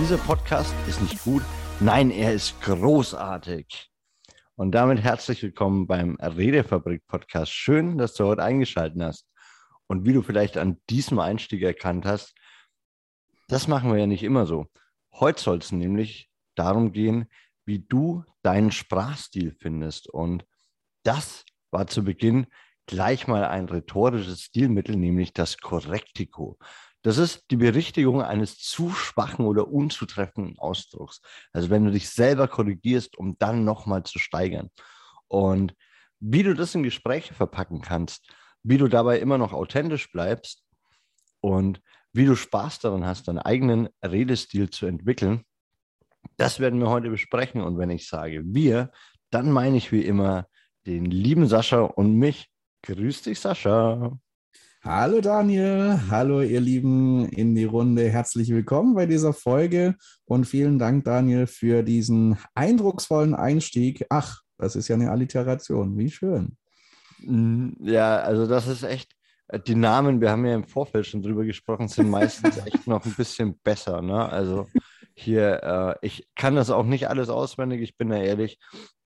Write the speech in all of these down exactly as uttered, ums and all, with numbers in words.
Dieser Podcast ist nicht gut, nein, er ist großartig. Und damit herzlich willkommen beim Redefabrik-Podcast. Schön, dass du heute eingeschaltet hast. Und wie du vielleicht an diesem Einstieg erkannt hast, das machen wir ja nicht immer so. Heute soll es nämlich darum gehen, wie du deinen Sprachstil findest. Und das war zu Beginn gleich mal ein rhetorisches Stilmittel, nämlich das Korrektiko. Das ist die Berichtigung eines zu schwachen oder unzutreffenden Ausdrucks. Also wenn du dich selber korrigierst, um dann nochmal zu steigern. Und wie du das in Gespräche verpacken kannst, wie du dabei immer noch authentisch bleibst und wie du Spaß daran hast, deinen eigenen Redestil zu entwickeln, das werden wir heute besprechen. Und wenn ich sage wir, dann meine ich wie immer den lieben Sascha und mich. Grüß dich, Sascha. Hallo Daniel, hallo ihr Lieben in die Runde. Herzlich willkommen bei dieser Folge und vielen Dank, Daniel, für diesen eindrucksvollen Einstieg. Ach, das ist ja eine Alliteration, wie schön. Ja, also das ist echt, die Namen, wir haben ja im Vorfeld schon drüber gesprochen, sind meistens echt noch ein bisschen besser, ne? Also hier, äh, ich kann das auch nicht alles auswendig, ich bin da ehrlich.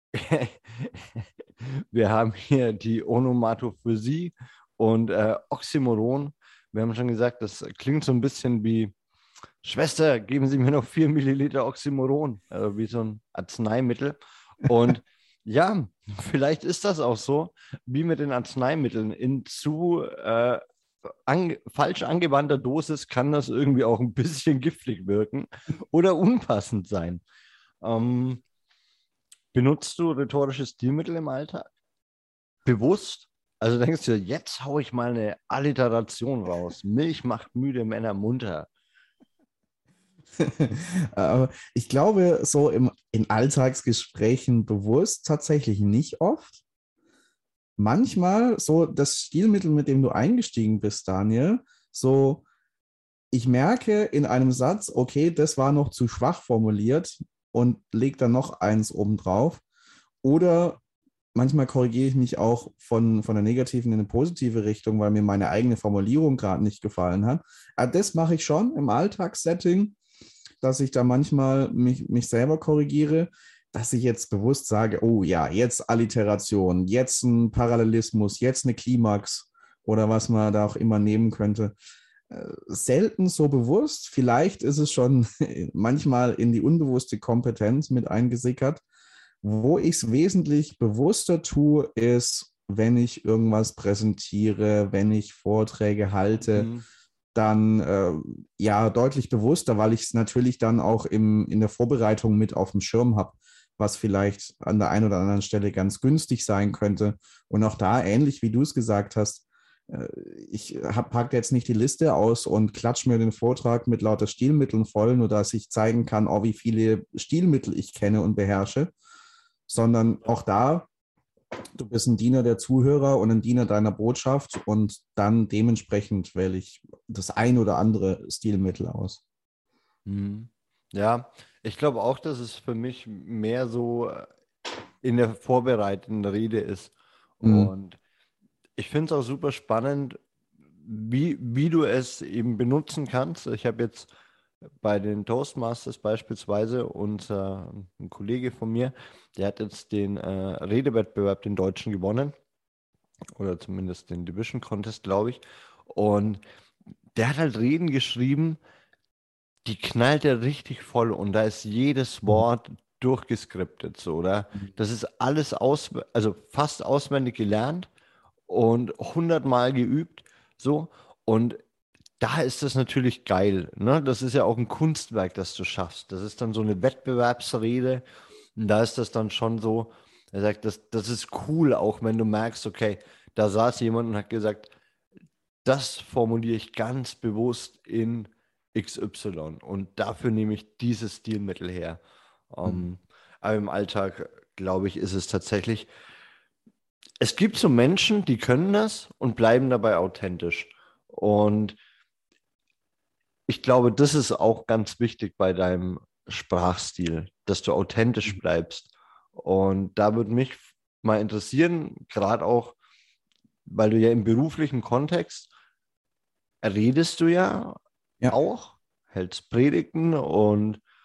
Wir haben hier die Onomatophosie und äh, Oxymoron. Wir haben schon gesagt, das klingt so ein bisschen wie: Schwester, geben Sie mir noch vier Milliliter Oxymoron, also wie so ein Arzneimittel. Und ja, vielleicht ist das auch so, wie mit den Arzneimitteln. In zu äh, an, falsch angewandter Dosis kann das irgendwie auch ein bisschen giftig wirken oder unpassend sein. Ähm, benutzt du rhetorische Stilmittel im Alltag? Bewusst? Also denkst du, jetzt haue ich mal eine Alliteration raus. Milch macht müde Männer munter. Aber ich glaube, so im, in Alltagsgesprächen bewusst tatsächlich nicht oft. Manchmal so das Stilmittel, mit dem du eingestiegen bist, Daniel, so ich merke in einem Satz, okay, das war noch zu schwach formuliert und leg dann noch eins obendrauf. Oder manchmal korrigiere ich mich auch von, von der negativen in eine positive Richtung, weil mir meine eigene Formulierung gerade nicht gefallen hat. Aber das mache ich schon im Alltagssetting, dass ich da manchmal mich, mich selber korrigiere, dass ich jetzt bewusst sage, oh ja, jetzt Alliteration, jetzt ein Parallelismus, jetzt eine Klimax oder was man da auch immer nehmen könnte. Äh, selten so bewusst. Vielleicht ist es schon manchmal in die unbewusste Kompetenz mit eingesickert. Wo ich es wesentlich bewusster tue, ist, wenn ich irgendwas präsentiere, wenn ich Vorträge halte, Mhm. dann äh, ja deutlich bewusster, weil ich es natürlich dann auch im, in der Vorbereitung mit auf dem Schirm habe, was vielleicht an der einen oder anderen Stelle ganz günstig sein könnte. Und auch da, ähnlich wie du es gesagt hast, äh, ich packe jetzt nicht die Liste aus und klatsche mir den Vortrag mit lauter Stilmitteln voll, nur dass ich zeigen kann, oh, wie viele Stilmittel ich kenne und beherrsche, sondern auch da, du bist ein Diener der Zuhörer und ein Diener deiner Botschaft und dann dementsprechend wähle ich das ein oder andere Stilmittel aus. Mhm. Ja, ich glaube auch, dass es für mich mehr so äh, in der vorbereitenden Rede ist. Mhm. Und ich finde es auch super spannend, wie, wie du es eben benutzen kannst. Ich habe jetzt bei den Toastmasters beispielsweise und äh, ein Kollege von mir, der hat jetzt den äh, Redewettbewerb, den Deutschen, gewonnen. Oder zumindest den Division Contest, glaube ich. Und der hat halt Reden geschrieben, die knallt er richtig voll und da ist jedes Wort durchgeskriptet, so, oder? Das ist alles aus, also fast auswendig gelernt und hundertmal geübt, so. Und da ist das natürlich geil, ne? Das ist ja auch ein Kunstwerk, das du schaffst. Das ist dann so eine Wettbewerbsrede und da ist das dann schon so, er sagt, das, das ist cool, auch wenn du merkst, okay, da saß jemand und hat gesagt, das formuliere ich ganz bewusst in X Y und dafür nehme ich dieses Stilmittel her. Mhm. Ähm, aber im Alltag, glaube ich, ist es tatsächlich, es gibt so Menschen, die können das und bleiben dabei authentisch. Und ich glaube, das ist auch ganz wichtig bei deinem Sprachstil, dass du authentisch bleibst. Und da würde mich mal interessieren, gerade auch, weil du ja im beruflichen Kontext redest du ja Ja. auch, hältst Predigten und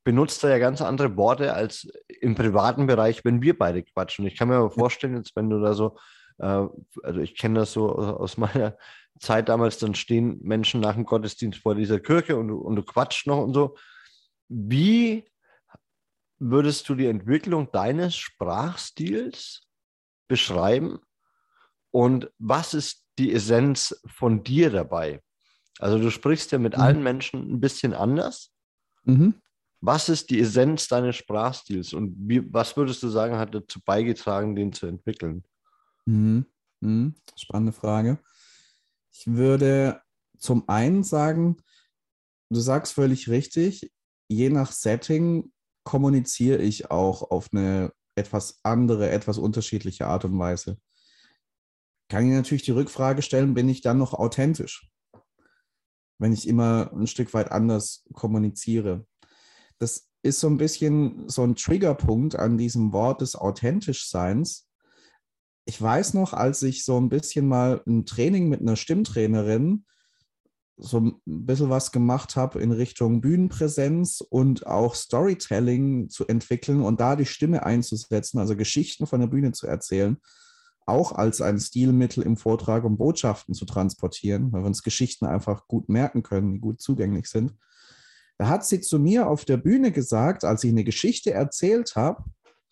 benutzt da ja ganz andere Worte als im privaten Bereich, wenn wir beide quatschen. Ich kann mir aber vorstellen, jetzt wenn du da so, äh, also ich kenne das so aus meiner Zeit damals, dann stehen Menschen nach dem Gottesdienst vor dieser Kirche und du, und du quatscht noch und so. Wie würdest du die Entwicklung deines Sprachstils beschreiben und was ist die Essenz von dir dabei? Also du sprichst ja mit Mhm. allen Menschen ein bisschen anders. Mhm. Was ist die Essenz deines Sprachstils und wie, was würdest du sagen, hat dazu beigetragen, den zu entwickeln? Mhm. Mhm. Spannende Frage. Ich würde zum einen sagen, du sagst völlig richtig, je nach Setting kommuniziere ich auch auf eine etwas andere, etwas unterschiedliche Art und Weise. Kann ich natürlich die Rückfrage stellen, bin ich dann noch authentisch, wenn ich immer ein Stück weit anders kommuniziere? Das ist so ein bisschen so ein Triggerpunkt an diesem Wort des Authentischseins. Ich weiß noch, als ich so ein bisschen mal ein Training mit einer Stimmtrainerin so ein bisschen was gemacht habe in Richtung Bühnenpräsenz und auch Storytelling zu entwickeln und da die Stimme einzusetzen, also Geschichten von der Bühne zu erzählen, auch als ein Stilmittel im Vortrag, um Botschaften zu transportieren, weil wir uns Geschichten einfach gut merken können, die gut zugänglich sind. Da hat sie zu mir auf der Bühne gesagt, als ich eine Geschichte erzählt habe: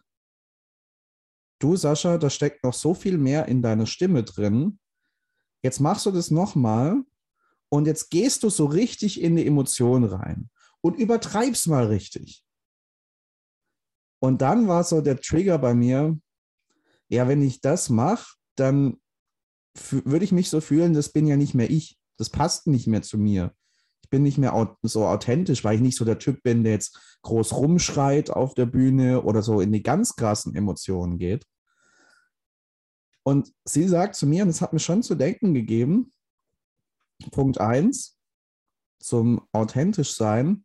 Du, Sascha, da steckt noch so viel mehr in deiner Stimme drin. Jetzt machst du das nochmal und jetzt gehst du so richtig in die Emotion rein und übertreib's mal richtig. Und dann war so der Trigger bei mir, ja, wenn ich das mache, dann würde ich mich so fühlen, das bin ja nicht mehr ich. Das passt nicht mehr zu mir. Ich bin nicht mehr so authentisch, weil ich nicht so der Typ bin, der jetzt groß rumschreit auf der Bühne oder so in die ganz krassen Emotionen geht. Und sie sagt zu mir, und das hat mir schon zu denken gegeben, Punkt eins, zum authentisch sein,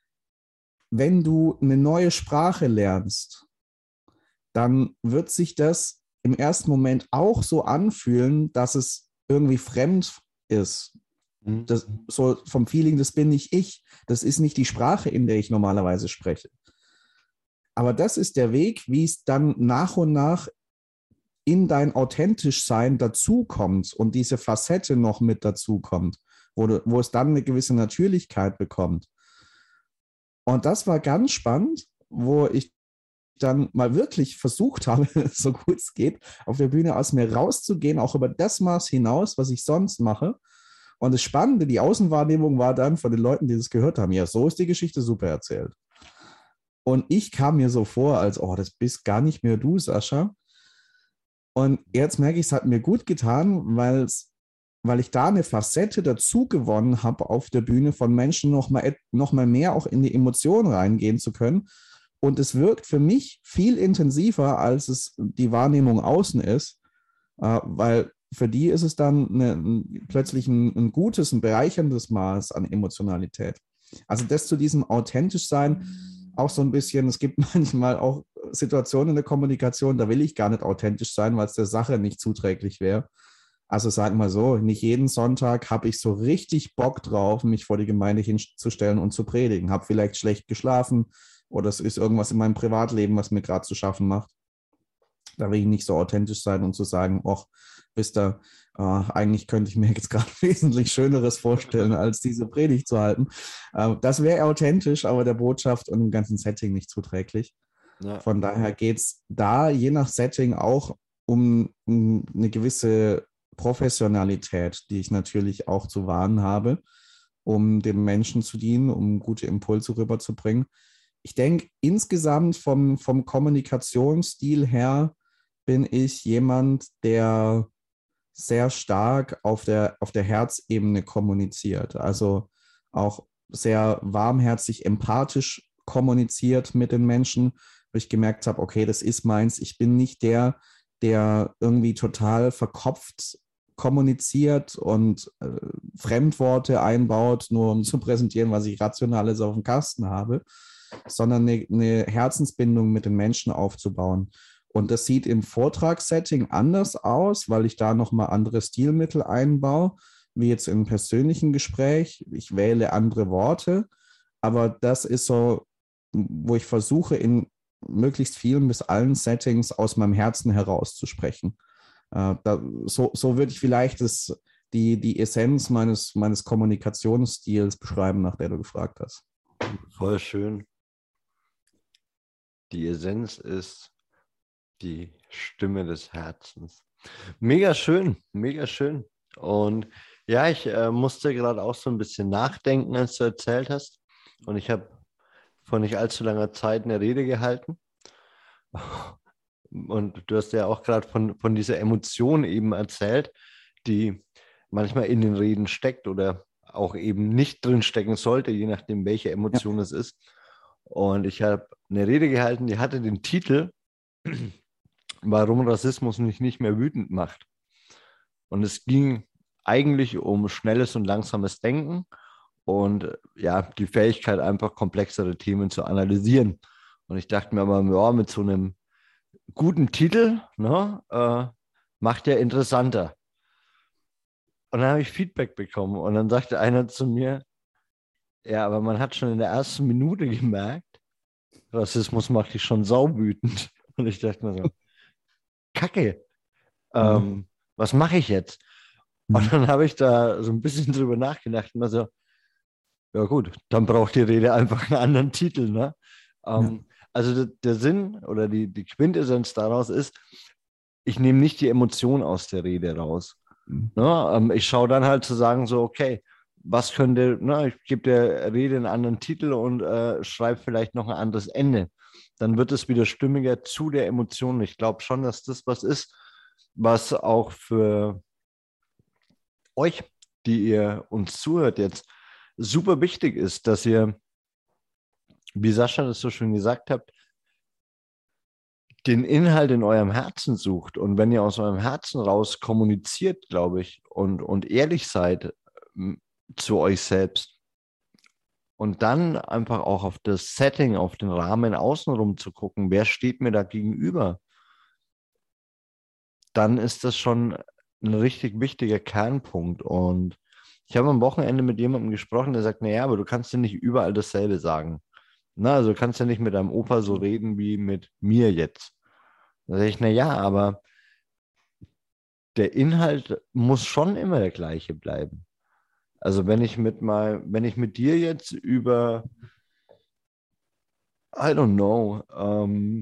wenn du eine neue Sprache lernst, dann wird sich das im ersten Moment auch so anfühlen, dass es irgendwie fremd ist. Mhm. Das, so vom Feeling, das bin nicht ich. Das ist nicht die Sprache, in der ich normalerweise spreche. Aber das ist der Weg, wie es dann nach und nach in dein Authentischsein dazukommt und diese Facette noch mit dazukommt, wo, du, wo es dann eine gewisse Natürlichkeit bekommt. Und das war ganz spannend, wo ich dann mal wirklich versucht habe, so gut es geht, auf der Bühne aus mir rauszugehen, auch über das Maß hinaus, was ich sonst mache. Und das Spannende, die Außenwahrnehmung war dann von den Leuten, die das gehört haben, ja, so ist die Geschichte super erzählt. Und ich kam mir so vor, als, oh, das bist gar nicht mehr du, Sascha. Und jetzt merke ich, es hat mir gut getan, weil's, weil ich da eine Facette dazu gewonnen habe auf der Bühne von Menschen noch mal, noch mal mehr auch in die Emotionen reingehen zu können. Und es wirkt für mich viel intensiver, als es die Wahrnehmung außen ist, äh, weil für die ist es dann eine, ein, plötzlich ein, ein gutes, ein bereicherndes Maß an Emotionalität. Also das zu diesem authentisch sein, auch so ein bisschen, es gibt manchmal auch Situationen in der Kommunikation, da will ich gar nicht authentisch sein, weil es der Sache nicht zuträglich wäre. Also sagen wir so, nicht jeden Sonntag habe ich so richtig Bock drauf, mich vor die Gemeinde hinzustellen und zu predigen. Habe vielleicht schlecht geschlafen oder es ist irgendwas in meinem Privatleben, was mir gerade zu schaffen macht. Da will ich nicht so authentisch sein und zu sagen, ach, wisst ihr, äh, eigentlich könnte ich mir jetzt gerade wesentlich Schöneres vorstellen, als diese Predigt zu halten. Äh, das wäre authentisch, aber der Botschaft und dem ganzen Setting nicht zuträglich. Ja. Von daher geht es da je nach Setting auch um, um eine gewisse Professionalität, die ich natürlich auch zu wahren habe, um dem Menschen zu dienen, um gute Impulse rüberzubringen. Ich denke, insgesamt vom, vom Kommunikationsstil her bin ich jemand, der sehr stark auf der, auf der Herzebene kommuniziert. Also auch sehr warmherzig, empathisch kommuniziert mit den Menschen, wo ich gemerkt habe, okay, das ist meins. Ich bin nicht der, der irgendwie total verkopft kommuniziert und äh, Fremdworte einbaut, nur um zu präsentieren, was ich Rationales auf dem Kasten habe, sondern eine, eine Herzensbindung mit den Menschen aufzubauen. Und das sieht im Vortragssetting anders aus, weil ich da nochmal andere Stilmittel einbaue, wie jetzt im persönlichen Gespräch. Ich wähle andere Worte, aber das ist so wo ich versuche, in möglichst vielen bis allen Settings aus meinem Herzen herauszusprechen. Äh, da, so, so würde ich vielleicht das, die, die Essenz meines, meines Kommunikationsstils beschreiben, nach der du gefragt hast. Voll schön. Die Essenz ist die Stimme des Herzens. Mega schön, mega schön. Und ja, ich äh, musste gerade auch so ein bisschen nachdenken, als du erzählt hast. Und ich habe vor nicht allzu langer Zeit eine Rede gehalten. Und du hast ja auch gerade von, von dieser Emotion eben erzählt, die manchmal in den Reden steckt oder auch eben nicht drin stecken sollte, je nachdem, welche Emotion Ja. es ist. Und ich habe eine Rede gehalten, die hatte den Titel, warum Rassismus mich nicht mehr wütend macht. Und es ging eigentlich um schnelles und langsames Denken und ja, die Fähigkeit, einfach komplexere Themen zu analysieren. Und ich dachte mir aber, ja, mit so einem guten Titel, ne, äh, macht ja interessanter. Und dann habe ich Feedback bekommen und dann sagte einer zu mir, ja, aber man hat schon in der ersten Minute gemerkt, Rassismus macht dich schon saubütend. Und ich dachte mir so, Kacke, Ja. ähm, was mache ich jetzt? Und Mhm. dann habe ich da so ein bisschen drüber nachgedacht und war so, ja gut, dann braucht die Rede einfach einen anderen Titel, ne? Ja. Ähm, also der, der Sinn oder die, die Quintessenz daraus ist, ich nehme nicht die Emotion aus der Rede raus. Mhm. Ne? Ähm, ich schaue dann halt zu sagen, so, okay, was könnte, ne, ich gebe der Rede einen anderen Titel und äh, schreibe vielleicht noch ein anderes Ende. Dann wird es wieder stimmiger zu der Emotion. Ich glaube schon, dass das was ist, was auch für euch, die ihr uns zuhört, jetzt super wichtig ist, dass ihr, wie Sascha das so schön gesagt habt, den Inhalt in eurem Herzen sucht. Und wenn ihr aus eurem Herzen raus kommuniziert, glaube ich, und, und ehrlich seid ähm, zu euch selbst und dann einfach auch auf das Setting, auf den Rahmen außenrum zu gucken, wer steht mir da gegenüber, dann ist das schon ein richtig wichtiger Kernpunkt. Und ich habe am Wochenende mit jemandem gesprochen, der sagt, naja, aber du kannst ja nicht überall dasselbe sagen. Na, also du kannst ja nicht mit deinem Opa so reden wie mit mir jetzt. Da sage ich, naja, aber der Inhalt muss schon immer der gleiche bleiben. Also wenn ich mit mal, wenn ich mit dir jetzt über, I don't know, ähm,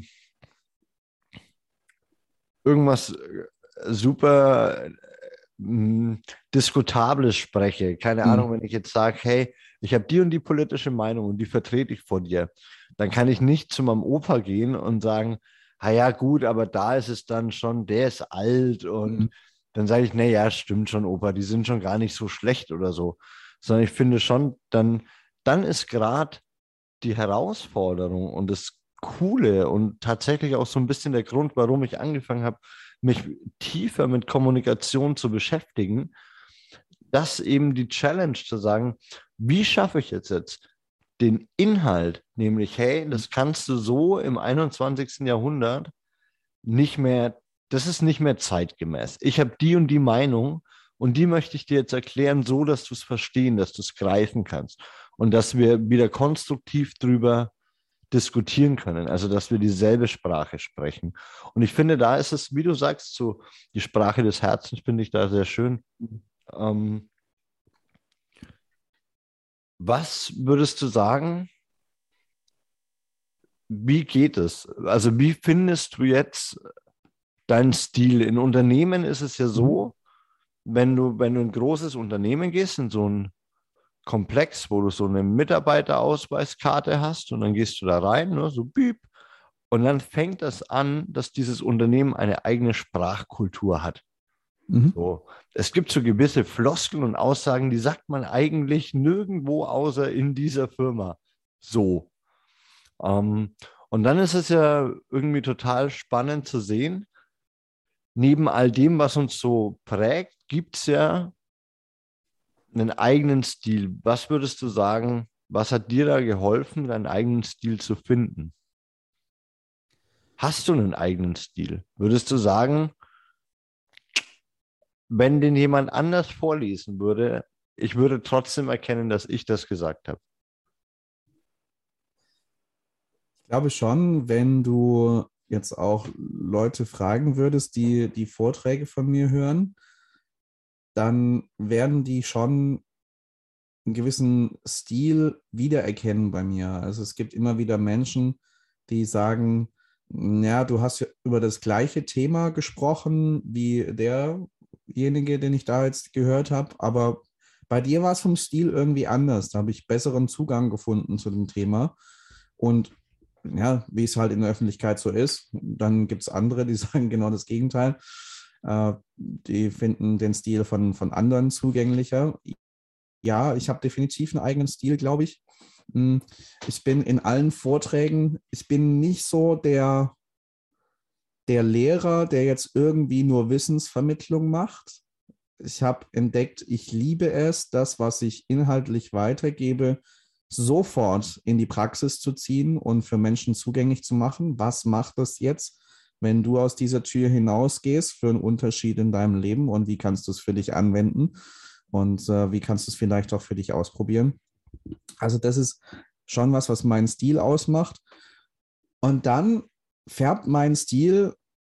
irgendwas äh, super mh, Diskutables spreche, keine Ahnung, Mhm. wenn ich jetzt sage, hey, ich habe die und die politische Meinung und die vertrete ich vor dir, dann kann ich nicht zu meinem Opa gehen und sagen, ah ja, gut, aber da ist es dann schon, der ist alt und Mhm. dann sage ich, nee, ja, stimmt schon, Opa, die sind schon gar nicht so schlecht oder so. Sondern ich finde schon, dann, dann ist gerade die Herausforderung und das Coole und tatsächlich auch so ein bisschen der Grund, warum ich angefangen habe, mich tiefer mit Kommunikation zu beschäftigen, das eben die Challenge zu sagen, wie schaffe ich jetzt jetzt den Inhalt, nämlich, hey, das kannst du so im einundzwanzigsten. Jahrhundert nicht mehr, das ist nicht mehr zeitgemäß. Ich habe die und die Meinung und die möchte ich dir jetzt erklären, so dass du es verstehen, dass du es greifen kannst und dass wir wieder konstruktiv drüber diskutieren können, also dass wir dieselbe Sprache sprechen. Und ich finde, da ist es, wie du sagst, so die Sprache des Herzens finde ich da sehr schön. Ähm, was würdest du sagen, wie geht es? Also wie findest du jetzt deinen Stil? In Unternehmen ist es ja Mhm. so, wenn du, wenn du in ein großes Unternehmen gehst, in so ein Komplex, wo du so eine Mitarbeiterausweiskarte hast und dann gehst du da rein, ne, so piep, und dann fängt das an, dass dieses Unternehmen eine eigene Sprachkultur hat. Mhm. So. Es gibt so gewisse Floskeln und Aussagen, die sagt man eigentlich nirgendwo außer in dieser Firma. So. Ähm, und dann ist es ja irgendwie total spannend zu sehen, neben all dem, was uns so prägt, gibt es ja einen eigenen Stil. Was würdest du sagen, was hat dir da geholfen, deinen eigenen Stil zu finden? Hast du einen eigenen Stil? Würdest du sagen, wenn den jemand anders vorlesen würde, ich würde trotzdem erkennen, dass ich das gesagt habe? Ich glaube schon, wenn du jetzt auch Leute fragen würdest, die die Vorträge von mir hören, dann werden die schon einen gewissen Stil wiedererkennen bei mir. Also es gibt immer wieder Menschen, die sagen, ja, du hast ja über das gleiche Thema gesprochen wie derjenige, den ich da jetzt gehört habe, aber bei dir war es vom Stil irgendwie anders. Da habe ich besseren Zugang gefunden zu dem Thema. Und ja, wie es halt in der Öffentlichkeit so ist, dann gibt es andere, die sagen genau das Gegenteil. Äh, die finden den Stil von, von anderen zugänglicher. Ja, ich habe definitiv einen eigenen Stil, glaube ich. Hm, Ich bin in allen Vorträgen, ich bin nicht so der, der Lehrer, der jetzt irgendwie nur Wissensvermittlung macht. Ich habe entdeckt, ich liebe es, das, was ich inhaltlich weitergebe, sofort in die Praxis zu ziehen und für Menschen zugänglich zu machen. Was macht das jetzt, wenn du aus dieser Tür hinausgehst, für einen Unterschied in deinem Leben und wie kannst du es für dich anwenden und äh, wie kannst du es vielleicht auch für dich ausprobieren? Also das ist schon was, was meinen Stil ausmacht. Und dann färbt mein Stil,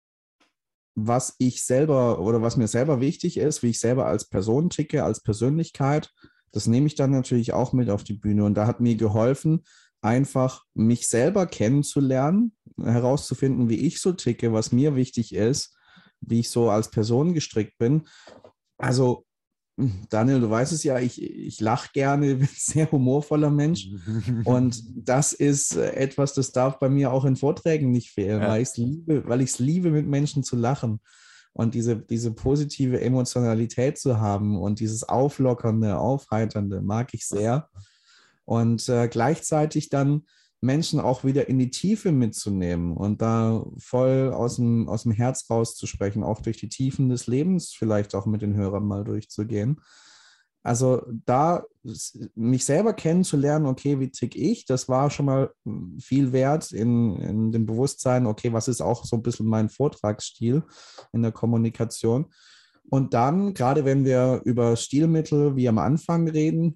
was ich selber oder was mir selber wichtig ist, wie ich selber als Person ticke, als Persönlichkeit, das nehme ich dann natürlich auch mit auf die Bühne. Und da hat mir geholfen, einfach mich selber kennenzulernen, herauszufinden, wie ich so ticke, was mir wichtig ist, wie ich so als Person gestrickt bin. Also, Daniel, du weißt es ja, ich, ich lache gerne, bin ein sehr humorvoller Mensch. Und das ist äh, etwas, das darf bei mir auch in Vorträgen nicht fehlen, Ja. weil ich es liebe, weil ich es liebe, mit Menschen zu lachen und diese, diese positive Emotionalität zu haben und dieses Auflockernde, Aufheiternde mag ich sehr. Und äh, gleichzeitig dann Menschen auch wieder in die Tiefe mitzunehmen und da voll aus dem, aus dem Herz rauszusprechen, auch durch die Tiefen des Lebens vielleicht auch mit den Hörern mal durchzugehen. Also da mich selber kennenzulernen, okay, wie tick ich, das war schon mal viel wert in, in dem Bewusstsein, okay, was ist auch so ein bisschen mein Vortragsstil in der Kommunikation. Und dann, gerade wenn wir über Stilmittel wie am Anfang reden,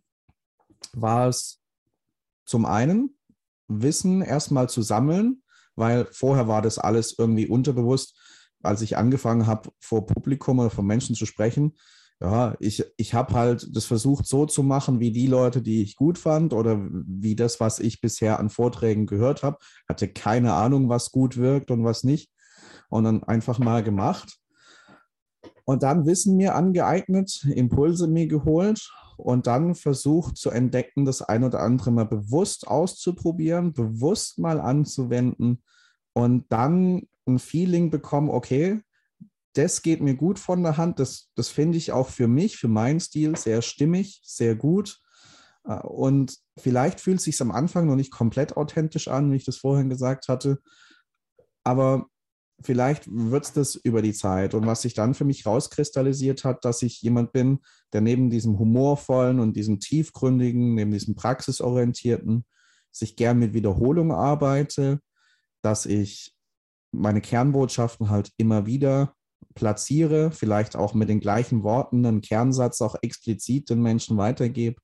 war es zum einen Wissen erstmal zu sammeln, weil vorher war das alles irgendwie unterbewusst, als ich angefangen habe, vor Publikum oder vor Menschen zu sprechen. Ja, ich, ich habe halt das versucht so zu machen, wie die Leute, die ich gut fand oder wie das, was ich bisher an Vorträgen gehört habe. Hatte keine Ahnung, was gut wirkt und was nicht. Und dann einfach mal gemacht. Und dann Wissen mir angeeignet, Impulse mir geholt und dann versucht zu entdecken, das ein oder andere mal bewusst auszuprobieren, bewusst mal anzuwenden und dann ein Feeling bekommen, okay, das geht mir gut von der Hand, das, das finde ich auch für mich, für meinen Stil sehr stimmig, sehr gut. Und vielleicht fühlt es sich am Anfang noch nicht komplett authentisch an, wie ich das vorhin gesagt hatte, aber vielleicht wird es das über die Zeit. Und was sich dann für mich rauskristallisiert hat, dass ich jemand bin, der neben diesem humorvollen und diesem tiefgründigen, neben diesem praxisorientierten, sich gern mit Wiederholung arbeite, dass ich meine Kernbotschaften halt immer wieder platziere, vielleicht auch mit den gleichen Worten einen Kernsatz auch explizit den Menschen weitergebe.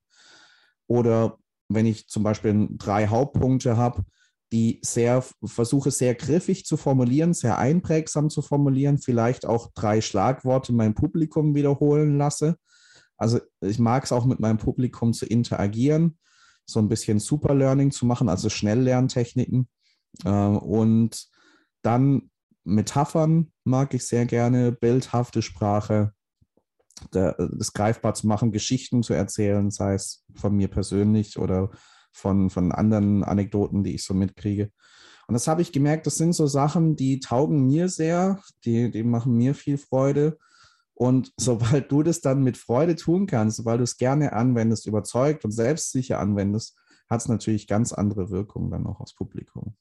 Oder wenn ich zum Beispiel drei Hauptpunkte habe, die sehr, versuche sehr griffig zu formulieren, sehr einprägsam zu formulieren, vielleicht auch drei Schlagworte mein Publikum wiederholen lasse. Also ich mag es auch mit meinem Publikum zu interagieren, so ein bisschen Superlearning zu machen, also Schnelllerntechniken. Äh, und dann Metaphern mag ich sehr gerne, bildhafte Sprache, das greifbar zu machen, Geschichten zu erzählen, sei es von mir persönlich oder von, von anderen Anekdoten, die ich so mitkriege. Und das habe ich gemerkt, das sind so Sachen, die taugen mir sehr, die, die machen mir viel Freude. Und sobald du das dann mit Freude tun kannst, sobald du es gerne anwendest, überzeugt und selbstsicher anwendest, hat es natürlich ganz andere Wirkungen dann auch aufs Publikum.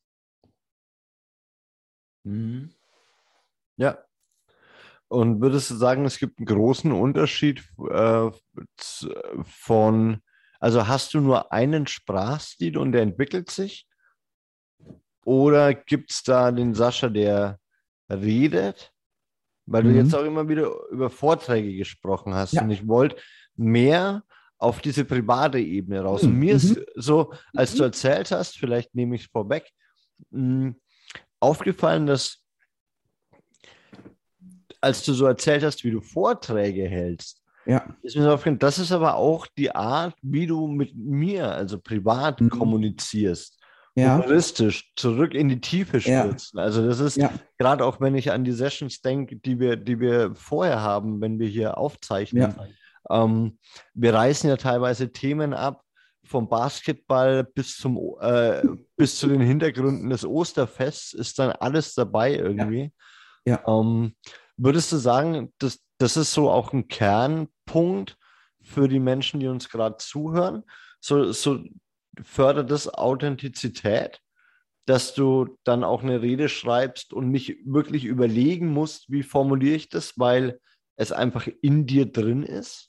Mhm. Ja. Und würdest du sagen, es gibt einen großen Unterschied äh, von, also hast du nur einen Sprachstil und der entwickelt sich? Oder gibt es da den Sascha, der redet? Weil du jetzt Mhm. auch immer wieder über Vorträge gesprochen hast und Ja. ich wollte mehr auf diese private Ebene raus. Und Mhm. mir Mhm. ist so, als du Mhm. erzählt hast, vielleicht nehme ich es vorweg, mh, aufgefallen, dass als du so erzählt hast, wie du Vorträge hältst, Ja. ist mir so aufgefallen, das ist aber auch die Art, wie du mit mir, also privat, Mhm. kommunizierst. Ja, Humoristisch, zurück in die Tiefe ja, stürzen. Also das ist, ja, gerade auch wenn ich an die Sessions denke, die wir, die wir vorher haben, wenn wir hier aufzeichnen. ja, Ähm, wir reißen ja teilweise Themen ab, vom Basketball bis zum, äh, bis zu den Hintergründen des Osterfests ist dann alles dabei ja, irgendwie. ja. Ähm, Würdest du sagen, dass das ist so auch ein Kernpunkt für die Menschen, die uns gerade zuhören? So, so fördert das Authentizität, dass du dann auch eine Rede schreibst und nicht wirklich überlegen musst, wie formuliere ich das, weil es einfach in dir drin ist?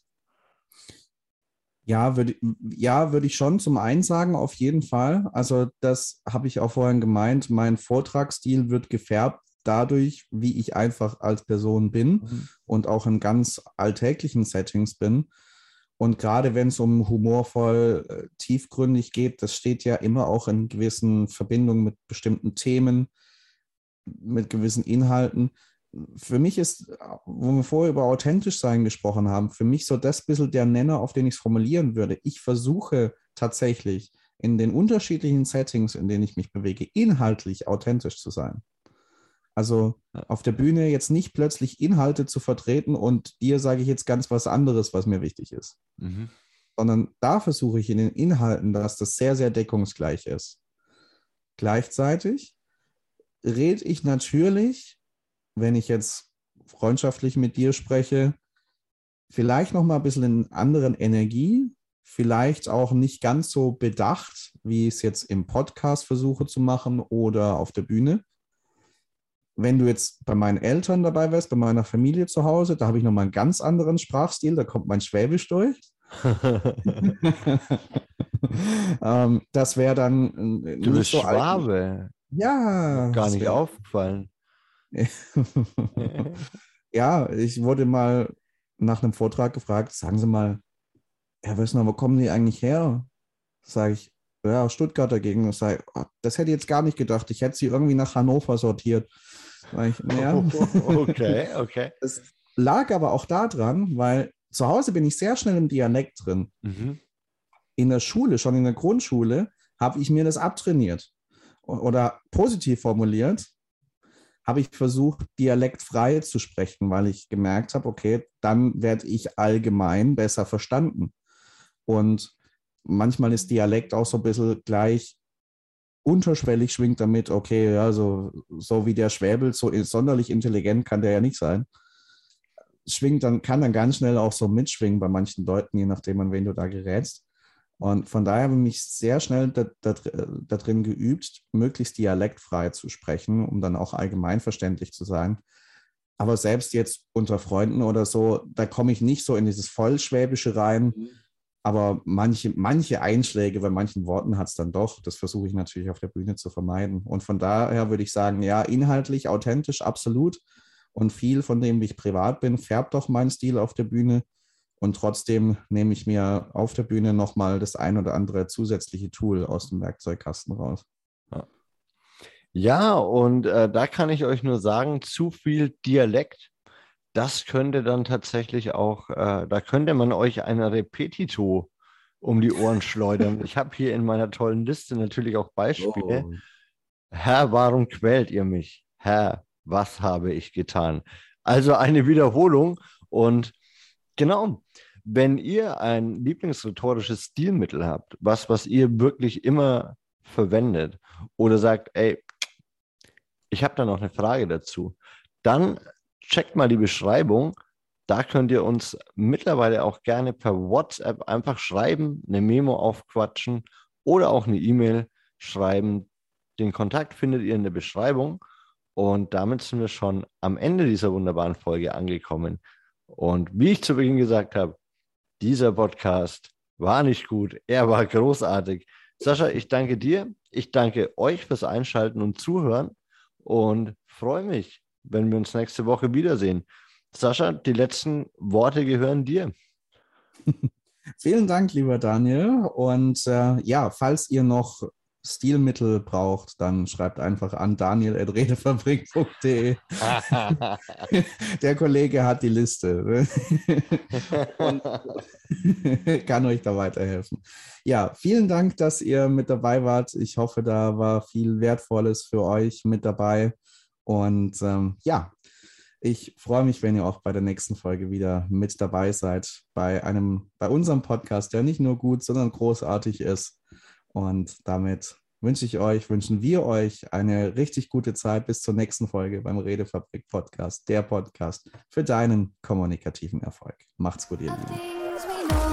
Ja, würde ja, würde ich schon zum einen sagen, auf jeden Fall. Also das habe ich auch vorhin gemeint. Mein Vortragsstil wird gefärbt dadurch, wie ich einfach als Person bin Mhm. und auch in ganz alltäglichen Settings bin. Und gerade wenn es um humorvoll, äh, tiefgründig geht, das steht ja immer auch in gewissen Verbindungen mit bestimmten Themen, mit gewissen Inhalten. Für mich ist, wo wir vorher über authentisch sein gesprochen haben, für mich so das bisschen der Nenner, auf den ich es formulieren würde. Ich versuche tatsächlich in den unterschiedlichen Settings, in denen ich mich bewege, inhaltlich authentisch zu sein. Also auf der Bühne jetzt nicht plötzlich Inhalte zu vertreten und dir sage ich jetzt ganz was anderes, was mir wichtig ist, Mhm. sondern da versuche ich in den Inhalten, dass das sehr, sehr deckungsgleich ist. Gleichzeitig rede ich natürlich, wenn ich jetzt freundschaftlich mit dir spreche, vielleicht noch mal ein bisschen in anderen Energie, vielleicht auch nicht ganz so bedacht, wie ich es jetzt im Podcast versuche zu machen oder auf der Bühne. Wenn du jetzt bei meinen Eltern dabei wärst, bei meiner Familie zu Hause, da habe ich noch mal einen ganz anderen Sprachstil, da kommt mein Schwäbisch durch. ähm, das wäre dann äh, Du nicht bist so allgemein. Schwabe. Noch Ja, gar das nicht wäre. aufgefallen. Ja, ich wurde mal nach einem Vortrag gefragt, sagen Sie mal, Herr Wössner, wo kommen die eigentlich her? Sage ich, ja, aus Stuttgart dagegen. Ich sage, oh, das hätte ich jetzt gar nicht gedacht. Ich hätte sie irgendwie nach Hannover sortiert. Sag ich, naja. Okay, okay. Es lag aber auch daran, weil zu Hause bin ich sehr schnell im Dialekt drin. Mhm. In der Schule, schon in der Grundschule, habe ich mir das abtrainiert. Oder positiv formuliert, habe ich versucht, dialektfrei zu sprechen, weil ich gemerkt habe, okay, dann werde ich allgemein besser verstanden. Und manchmal ist Dialekt auch so ein bisschen gleich unterschwellig schwingt damit, okay, ja, so, so wie der schwäbelt, so sonderlich intelligent kann der ja nicht sein. Schwingt dann, kann dann ganz schnell auch so mitschwingen bei manchen Leuten, je nachdem, an wen du da gerätst. Und von daher habe ich mich sehr schnell da, da, da drin geübt, möglichst dialektfrei zu sprechen, um dann auch allgemeinverständlich zu sein. Aber selbst jetzt unter Freunden oder so, da komme ich nicht so in dieses Vollschwäbische rein. Aber manche, manche Einschläge bei manchen Worten hat es dann doch. Das versuche ich natürlich auf der Bühne zu vermeiden. Und von daher würde ich sagen, ja, inhaltlich, authentisch, absolut. Und viel von dem, wie ich privat bin, färbt auch meinen Stil auf der Bühne. Und trotzdem nehme ich mir auf der Bühne nochmal das ein oder andere zusätzliche Tool aus dem Werkzeugkasten raus. Ja, ja, und äh, da kann ich euch nur sagen, zu viel Dialekt, das könnte dann tatsächlich auch, äh, da könnte man euch ein Repetito um die Ohren schleudern. Ich habe hier in meiner tollen Liste natürlich auch Beispiele. Oh. Herr, warum quält ihr mich? Herr, was habe ich getan? Also eine Wiederholung und genau, wenn ihr ein lieblingsrhetorisches Stilmittel habt, was, was ihr wirklich immer verwendet oder sagt, ey, ich habe da noch eine Frage dazu, dann checkt mal die Beschreibung. Da könnt ihr uns mittlerweile auch gerne per WhatsApp einfach schreiben, eine Memo aufquatschen oder auch eine E-Mail schreiben. Den Kontakt findet ihr in der Beschreibung. Und damit sind wir schon am Ende dieser wunderbaren Folge angekommen. Und wie ich zu Beginn gesagt habe, dieser Podcast war nicht gut, er war großartig. Sascha, ich danke dir, ich danke euch fürs Einschalten und Zuhören und freue mich, wenn wir uns nächste Woche wiedersehen. Sascha, die letzten Worte gehören dir. Vielen Dank, lieber Daniel. Und äh, ja, falls ihr noch Stilmittel braucht, dann schreibt einfach an daniel at redefabrik punkt de. Der Kollege hat die Liste und kann euch da weiterhelfen. Ja, vielen Dank, dass ihr mit dabei wart. Ich hoffe, da war viel Wertvolles für euch mit dabei. Und ähm, ja, ich freue mich, wenn ihr auch bei der nächsten Folge wieder mit dabei seid, bei einem, bei unserem Podcast, der nicht nur gut, sondern großartig ist. Und damit wünsche ich euch, wünschen wir euch eine richtig gute Zeit bis zur nächsten Folge beim Redefabrik Podcast, der Podcast für deinen kommunikativen Erfolg. Macht's gut, ihr Lieben.